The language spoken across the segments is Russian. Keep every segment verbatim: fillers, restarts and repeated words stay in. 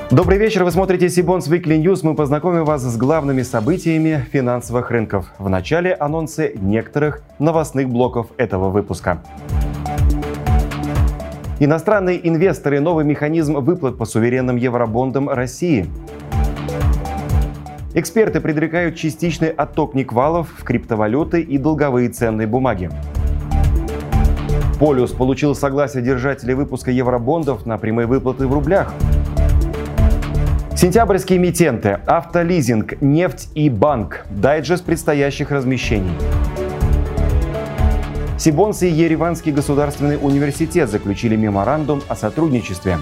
Добрый вечер, вы смотрите Сибонс Weekly News. Мы познакомим вас с главными событиями финансовых рынков. В начале анонсы некоторых новостных блоков этого выпуска. Иностранные инвесторы. Новый механизм выплат по суверенным евробондам России. Эксперты предрекают частичный отток никвалов в криптовалюты и долговые ценные бумаги. Полюс получил согласие держателей выпуска евробондов на прямые выплаты в рублях. Сентябрьские эмитенты, автолизинг, нефть и банк. Дайджест предстоящих размещений. Сибонс и Ереванский государственный университет заключили меморандум о сотрудничестве.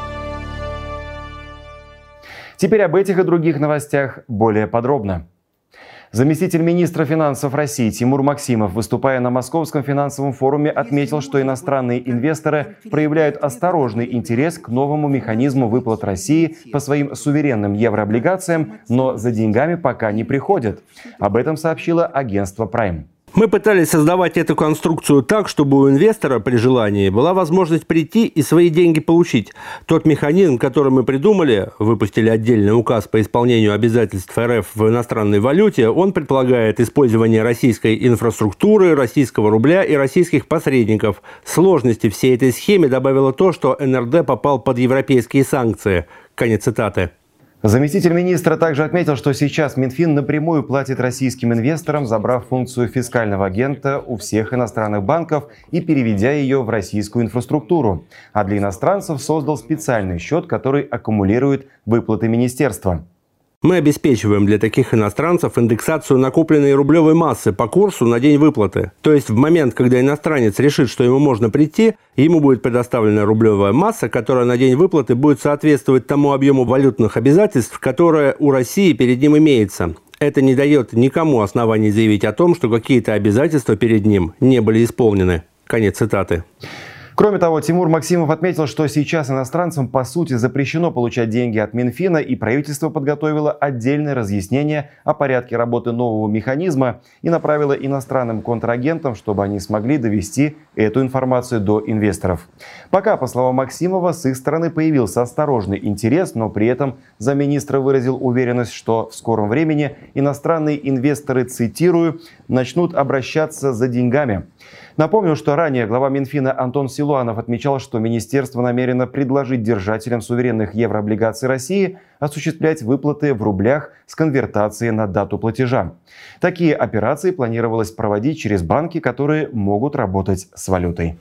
Теперь об этих и других новостях более подробно. Заместитель министра финансов России Тимур Максимов, выступая на Московском финансовом форуме, отметил, что иностранные инвесторы проявляют осторожный интерес к новому механизму выплат России по своим суверенным еврооблигациям, но за деньгами пока не приходят. Об этом сообщило агентство Prime. Мы пытались создавать эту конструкцию так, чтобы у инвестора при желании была возможность прийти и свои деньги получить. Тот механизм, который мы придумали, выпустили отдельный указ по исполнению обязательств РФ в иностранной валюте, он предполагает использование российской инфраструктуры, российского рубля и российских посредников. Сложности всей этой схеме добавило то, что эн эр дэ попал под европейские санкции. Конец цитаты. Заместитель министра также отметил, что сейчас Минфин напрямую платит российским инвесторам, забрав функцию фискального агента у всех иностранных банков и переведя ее в российскую инфраструктуру. А для иностранцев создал специальный счет, который аккумулирует выплаты министерства. Мы обеспечиваем для таких иностранцев индексацию накопленной рублевой массы по курсу на день выплаты. То есть в момент, когда иностранец решит, что ему можно прийти, ему будет предоставлена рублевая масса, которая на день выплаты будет соответствовать тому объему валютных обязательств, которое у России перед ним имеется. Это не дает никому оснований заявить о том, что какие-то обязательства перед ним не были исполнены. Конец цитаты. Кроме того, Тимур Максимов отметил, что сейчас иностранцам по сути запрещено получать деньги от Минфина, и правительство подготовило отдельное разъяснение о порядке работы нового механизма и направило иностранным контрагентам, чтобы они смогли довести эту информацию до инвесторов. Пока, по словам Максимова, с их стороны появился осторожный интерес, но при этом замминистра выразил уверенность, что в скором времени иностранные инвесторы, цитирую, начнут обращаться за деньгами. Напомню, что ранее глава Минфина Антон Силуанов отмечал, что министерство намерено предложить держателям суверенных еврооблигаций России осуществлять выплаты в рублях с конвертацией на дату платежа. Такие операции планировалось проводить через банки, которые могут работать с валютой.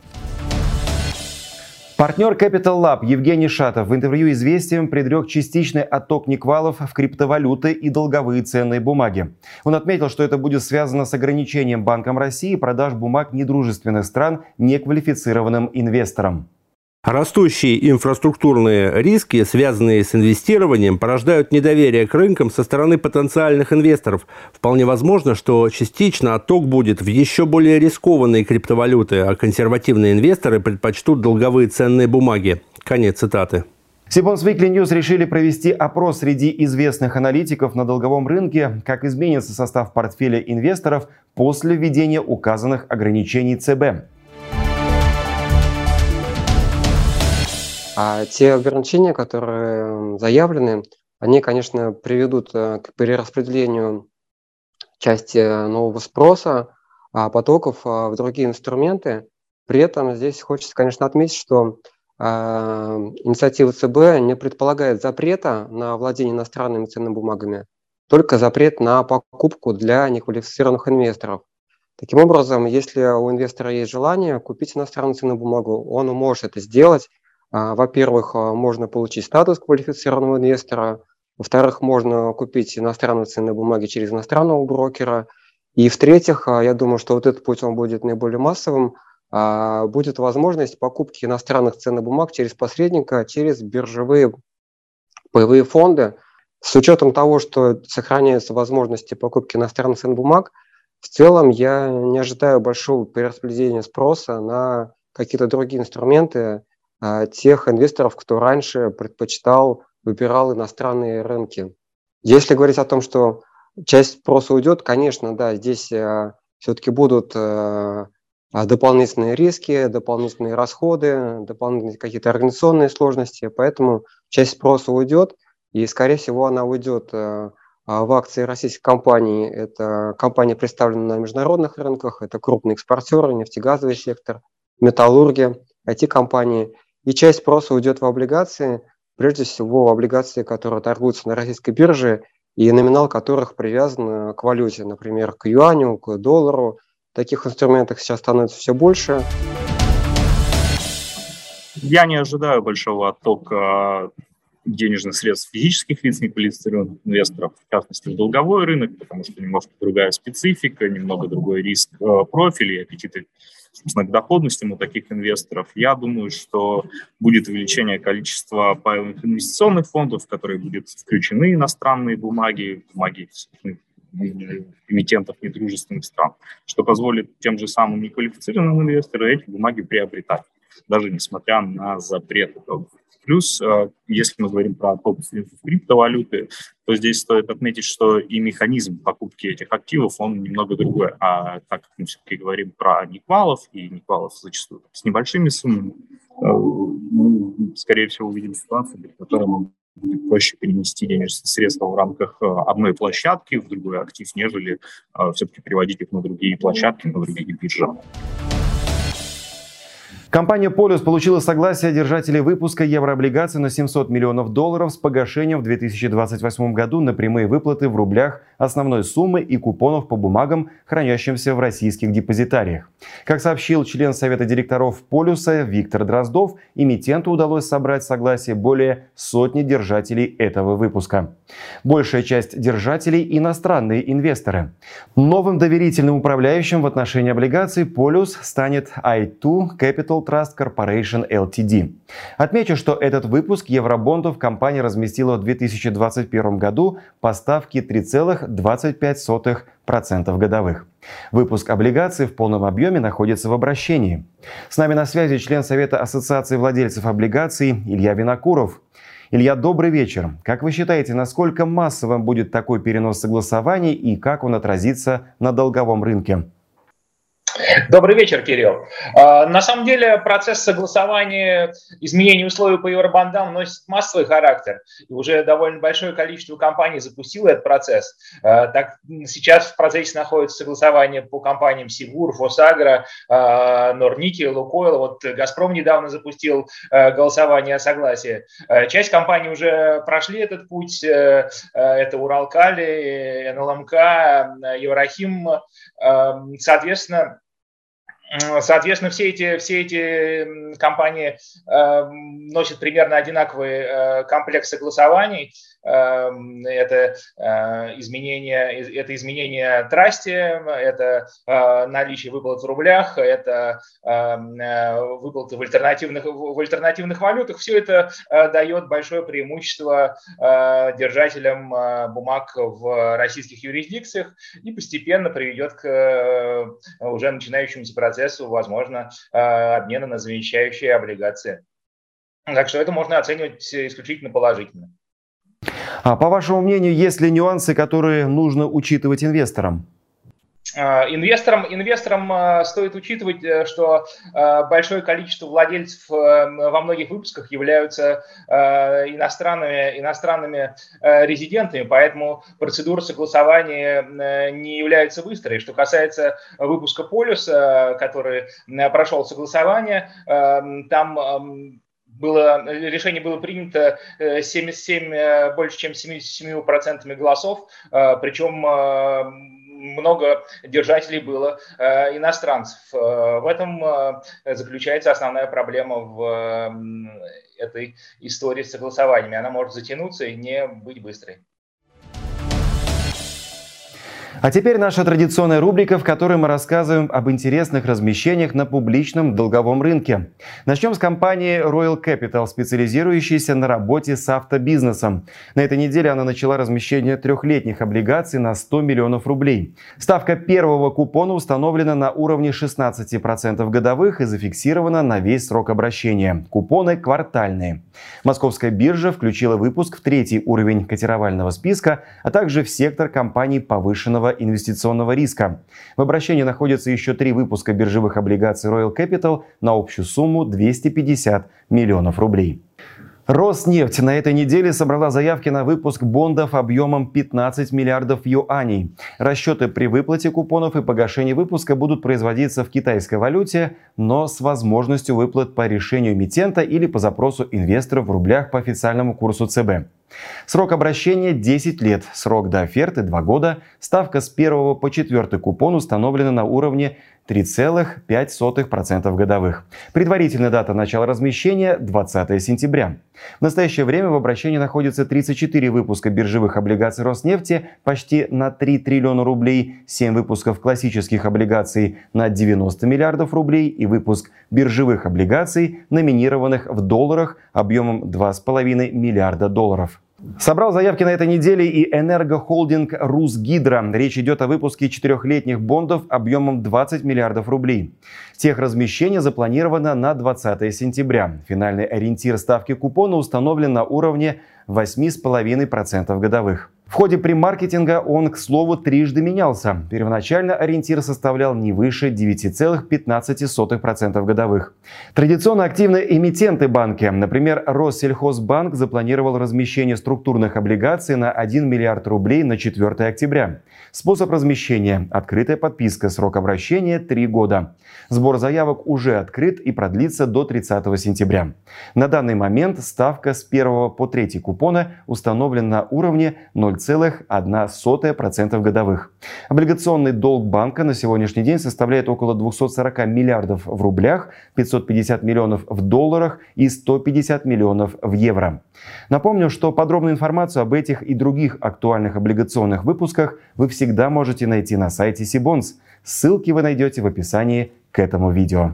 Партнер Capital Lab Евгений Шатов в интервью «Известиям» предрек частичный отток никвалов в криптовалюты и долговые ценные бумаги. Он отметил, что это будет связано с ограничением Банком России продаж бумаг недружественных стран неквалифицированным инвесторам. Растущие инфраструктурные риски, связанные с инвестированием, порождают недоверие к рынкам со стороны потенциальных инвесторов. Вполне возможно, что частично отток будет в еще более рискованные криптовалюты, а консервативные инвесторы предпочтут долговые ценные бумаги. Конец цитаты. Сибонс Weekly News решили провести опрос среди известных аналитиков на долговом рынке, как изменится состав портфеля инвесторов после введения указанных ограничений ЦБ. А те ограничения, которые заявлены, они, конечно, приведут к перераспределению части нового спроса, потоков в другие инструменты. При этом здесь хочется, конечно, отметить, что инициатива ЦБ не предполагает запрета на владение иностранными ценными бумагами, только запрет на покупку для неквалифицированных инвесторов. Таким образом, если у инвестора есть желание купить иностранную ценную бумагу, он может это сделать. Во-первых, можно получить статус квалифицированного инвестора. Во-вторых, можно купить иностранные ценные бумаги через иностранного брокера. И в-третьих, я думаю, что вот этот путь он будет наиболее массовым. Будет возможность покупки иностранных ценных бумаг через посредника, через биржевые паевые фонды. С учетом того, что сохраняются возможности покупки иностранных ценных бумаг, в целом я не ожидаю большого перераспределения спроса на какие-то другие инструменты тех инвесторов, кто раньше предпочитал, выбирал иностранные рынки. Если говорить о том, что часть спроса уйдет, конечно, да, здесь все-таки будут дополнительные риски, дополнительные расходы, дополнительные какие-то организационные сложности, поэтому часть спроса уйдет, и, скорее всего, она уйдет в акции российских компаний. Это компании, представленные на международных рынках, это крупные экспортеры, нефтегазовый сектор, металлурги, ай ти-компании, и часть спроса уйдет в облигации, прежде всего в облигации, которые торгуются на российской бирже, и номинал которых привязан к валюте, например, к юаню, к доллару. Таких инструментов сейчас становится все больше. Я не ожидаю большого оттока денежных средств физических лиц, неквалифицированных инвесторов, в частности, в долговой рынок, потому что немножко другая специфика, немного другой риск профиля и аппетиты, собственно, к доходностям у таких инвесторов. Я думаю, что будет увеличение количества паевых инвестиционных фондов, в которые будут включены иностранные бумаги, бумаги эмитентов недружественных стран, что позволит тем же самым неквалифицированным инвесторам эти бумаги приобретать, даже несмотря на запрет. Плюс, если мы говорим про отток средств криптовалюты, то здесь стоит отметить, что и механизм покупки этих активов, он немного другой. А так как мы все-таки говорим про никвалов, и никвалов зачастую с небольшими суммами, мы, скорее всего, увидим ситуацию, при которой мы будет проще перенести денежные средства в рамках одной площадки в другой актив, нежели все-таки переводить их на другие площадки, на другие биржи. Компания Полюс получила согласие держателей выпуска еврооблигаций на семьсот миллионов долларов с погашением в две тысячи двадцать восьмом году на прямые выплаты в рублях основной суммы и купонов по бумагам, хранящимся в российских депозитариях. Как сообщил член Совета директоров Полюса Виктор Дроздов, эмитенту удалось собрать согласие более сотни держателей этого выпуска. Большая часть держателей – иностранные инвесторы. Новым доверительным управляющим в отношении облигаций Полюс станет ай ту Capital Trust Corporation эл ти ди. Отмечу, что этот выпуск евробондов компания разместила в две тысячи двадцать первом году по ставке три целых двадцать пять сотых процента годовых. Выпуск облигаций в полном объеме находится в обращении. С нами на связи член Совета Ассоциации владельцев облигаций Илья Винокуров. Илья, добрый вечер. Как вы считаете, насколько массовым будет такой перенос согласований и как он отразится на долговом рынке? Добрый вечер, Кирилл. На самом деле процесс согласования изменений условий по евробондам носит массовый характер. И уже довольно большое количество компаний запустило этот процесс. Так, сейчас в процессе находится согласование по компаниям Сигур, Фосагро, Норникель, Лукойл. Вот «Газпром» недавно запустил голосование о согласии. Часть компаний уже прошли этот путь. Это Уралкали, эн эл эм ка, Еврохим. Соответственно, Соответственно, все эти, все эти компании э, носят примерно одинаковый э, комплекс согласований. Э, это, э, изменение, это изменение трасти, это э, наличие выплат в рублях, это э, выплаты в альтернативных, в альтернативных валютах. Все это э, дает большое преимущество э, держателям э, бумаг в российских юрисдикциях и постепенно приведет к э, уже начинающемуся процессу, возможно, обмена на замещающие облигации. Так что это можно оценивать исключительно положительно. А по вашему мнению, есть ли нюансы, которые нужно учитывать инвесторам? Инвесторам, инвесторам стоит учитывать, что большое количество владельцев во многих выпусках являются иностранными, иностранными резидентами, поэтому процедура согласования не является быстрой. Что касается выпуска Полюса, который прошел согласование, там было, решение было принято семьдесят семь, больше чем семьдесят семь процентов голосов, причем много держателей было э, иностранцев. Э, в этом э, заключается основная проблема в э, этой истории с согласованиями. Она может затянуться и не быть быстрой. А теперь наша традиционная рубрика, в которой мы рассказываем об интересных размещениях на публичном долговом рынке. Начнем с компании Royal Capital, специализирующейся на работе с автобизнесом. На этой неделе она начала размещение трехлетних облигаций на сто миллионов рублей. Ставка первого купона установлена на уровне шестнадцати процентов годовых и зафиксирована на весь срок обращения. Купоны квартальные. Московская биржа включила выпуск в третий уровень котировального списка, а также в сектор компаний повышенного инвестиционного риска. В обращении находятся еще три выпуска биржевых облигаций Royal Capital на общую сумму двести пятьдесят миллионов рублей. Роснефть на этой неделе собрала заявки на выпуск бондов объемом пятнадцать миллиардов юаней. Расчеты при выплате купонов и погашении выпуска будут производиться в китайской валюте, но с возможностью выплат по решению эмитента или по запросу инвесторов в рублях по официальному курсу ЦБ. Срок обращения десять лет, срок до оферты два года, ставка с первого по четвертый купон установлена на уровне три целых пять сотых процента годовых. Предварительная дата начала размещения – двадцатое сентября. В настоящее время в обращении находится тридцать четыре выпуска биржевых облигаций Роснефти почти на три триллиона рублей, семь выпусков классических облигаций на девяносто миллиардов рублей и выпуск биржевых облигаций, номинированных в долларах объемом два с половиной миллиарда долларов. Собрал заявки на этой неделе и энергохолдинг «Русгидро». Речь идет о выпуске четырехлетних бондов объемом двадцать миллиардов рублей. Техразмещение запланировано на двадцатое сентября. Финальный ориентир ставки купона установлен на уровне восемь целых пять десятых процента годовых. В ходе премаркетинга он, к слову, трижды менялся. Первоначально ориентир составлял не выше девяти целых пятнадцати сотых процента годовых. Традиционно активные эмитенты банки, например, Россельхозбанк, запланировал размещение структурных облигаций на один миллиард рублей на четвёртое октября. Способ размещения – открытая подписка, срок обращения – три года. Сбор заявок уже открыт и продлится до тридцатого сентября. На данный момент ставка с первого по третий купона установлена на уровне ноль целых одна сотая процента годовых. Облигационный долг банка на сегодняшний день составляет около двухсот сорока миллиардов в рублях, пятьсот пятьдесят миллионов в долларах и сто пятьдесят миллионов в евро. Напомню, что подробную информацию об этих и других актуальных облигационных выпусках вы всегда можете найти на сайте Сибонс. Ссылки вы найдете в описании к этому видео.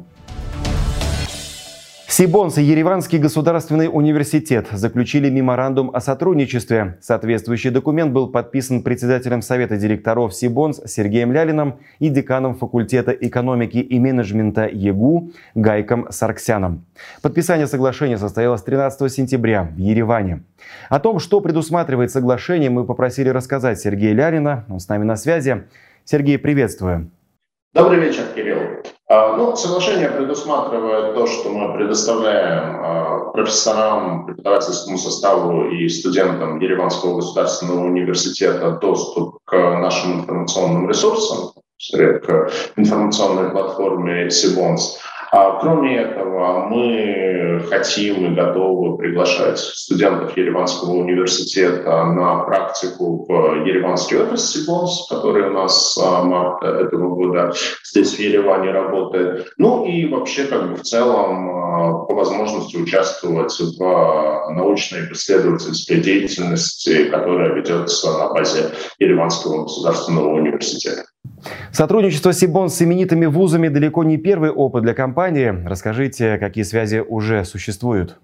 Сибонс и Ереванский государственный университет заключили меморандум о сотрудничестве. Соответствующий документ был подписан председателем Совета директоров Сибонс Сергеем Лялиным и деканом факультета экономики и менеджмента ЕГУ Гайком Сарксяном. Подписание соглашения состоялось тринадцатого сентября в Ереване. О том, что предусматривает соглашение, мы попросили рассказать Сергея Лялина. Он с нами на связи. Сергей, приветствую. Добрый вечер, Кирилл. Ну, соглашение предусматривает то, что мы предоставляем профессорам, преподавательскому составу и студентам Ереванского государственного университета доступ к нашим информационным ресурсам, к информационной платформе Сибонс. А кроме этого, мы хотим и готовы приглашать студентов Ереванского университета на практику в Ереванский офис Сибонс, который у нас с марта этого года здесь в Ереване работает. Ну и вообще как бы в целом по возможности участвовать в научной и исследовательской деятельности, которая ведется на базе Ереванского государственного университета. Сотрудничество Сибонс с именитыми вузами далеко не первый опыт для компании. Расскажите, какие связи уже существуют?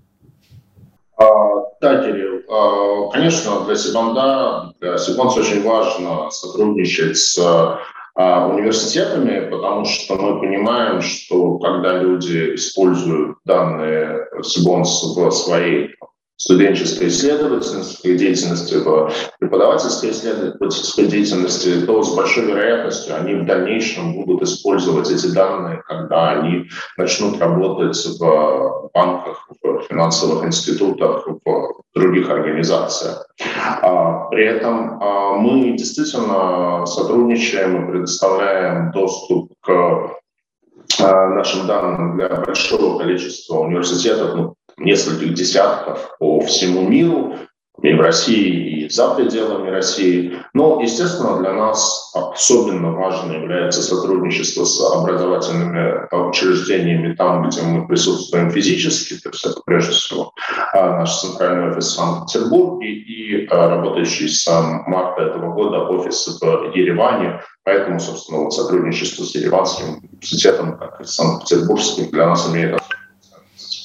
Да, Кирилл. Конечно, для Сибонда, для Сибонс очень важно сотрудничать с университетами, потому что мы понимаем, что когда люди используют данные Сибонс в своей студенческой исследовательской деятельности, в преподавательской исследовательской деятельности, то с большой вероятностью они в дальнейшем будут использовать эти данные, когда они начнут работать в банках, в финансовых институтах, в других организациях. При этом мы действительно сотрудничаем и предоставляем доступ к нашим данным для большого количества университетов, ну, нескольких десятков по всему миру, и в России, и за пределами России. Но, естественно, для нас особенно важно является сотрудничество с образовательными учреждениями там, где мы присутствуем физически, то есть это прежде всего наш центральный офис в Санкт-Петербурге и работающий с марта этого года офис в Ереване. Поэтому, собственно, вот сотрудничество с Ереванским университетом, как и с Санкт-Петербургским, для нас имеет.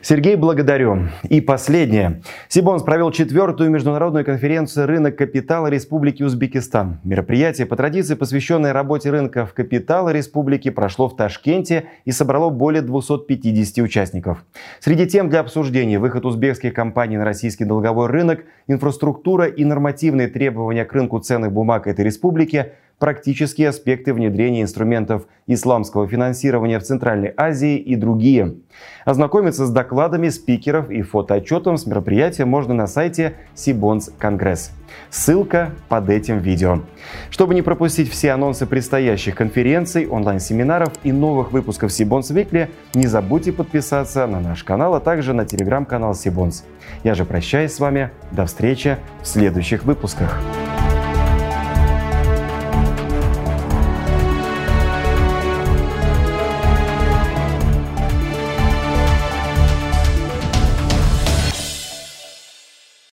Сергей, благодарю. И последнее. Сибонс провел четвертую международную конференцию «Рынок капитала Республики Узбекистан». Мероприятие, по традиции посвященное работе рынков капитала республики, прошло в Ташкенте и собрало более двухсот пятидесяти участников. Среди тем для обсуждения: выход узбекских компаний на российский долговой рынок, инфраструктура и нормативные требования к рынку ценных бумаг этой республики, практические аспекты внедрения инструментов исламского финансирования в Центральной Азии и другие. Ознакомиться с докладами спикеров и фотоотчетом с мероприятия можно на сайте Сибонс Конгресс. Ссылка под этим видео. Чтобы не пропустить все анонсы предстоящих конференций, онлайн-семинаров и новых выпусков Сибонс Викли, не забудьте подписаться на наш канал, а также на телеграм-канал Сибонс. Я же прощаюсь с вами. До встречи в следующих выпусках.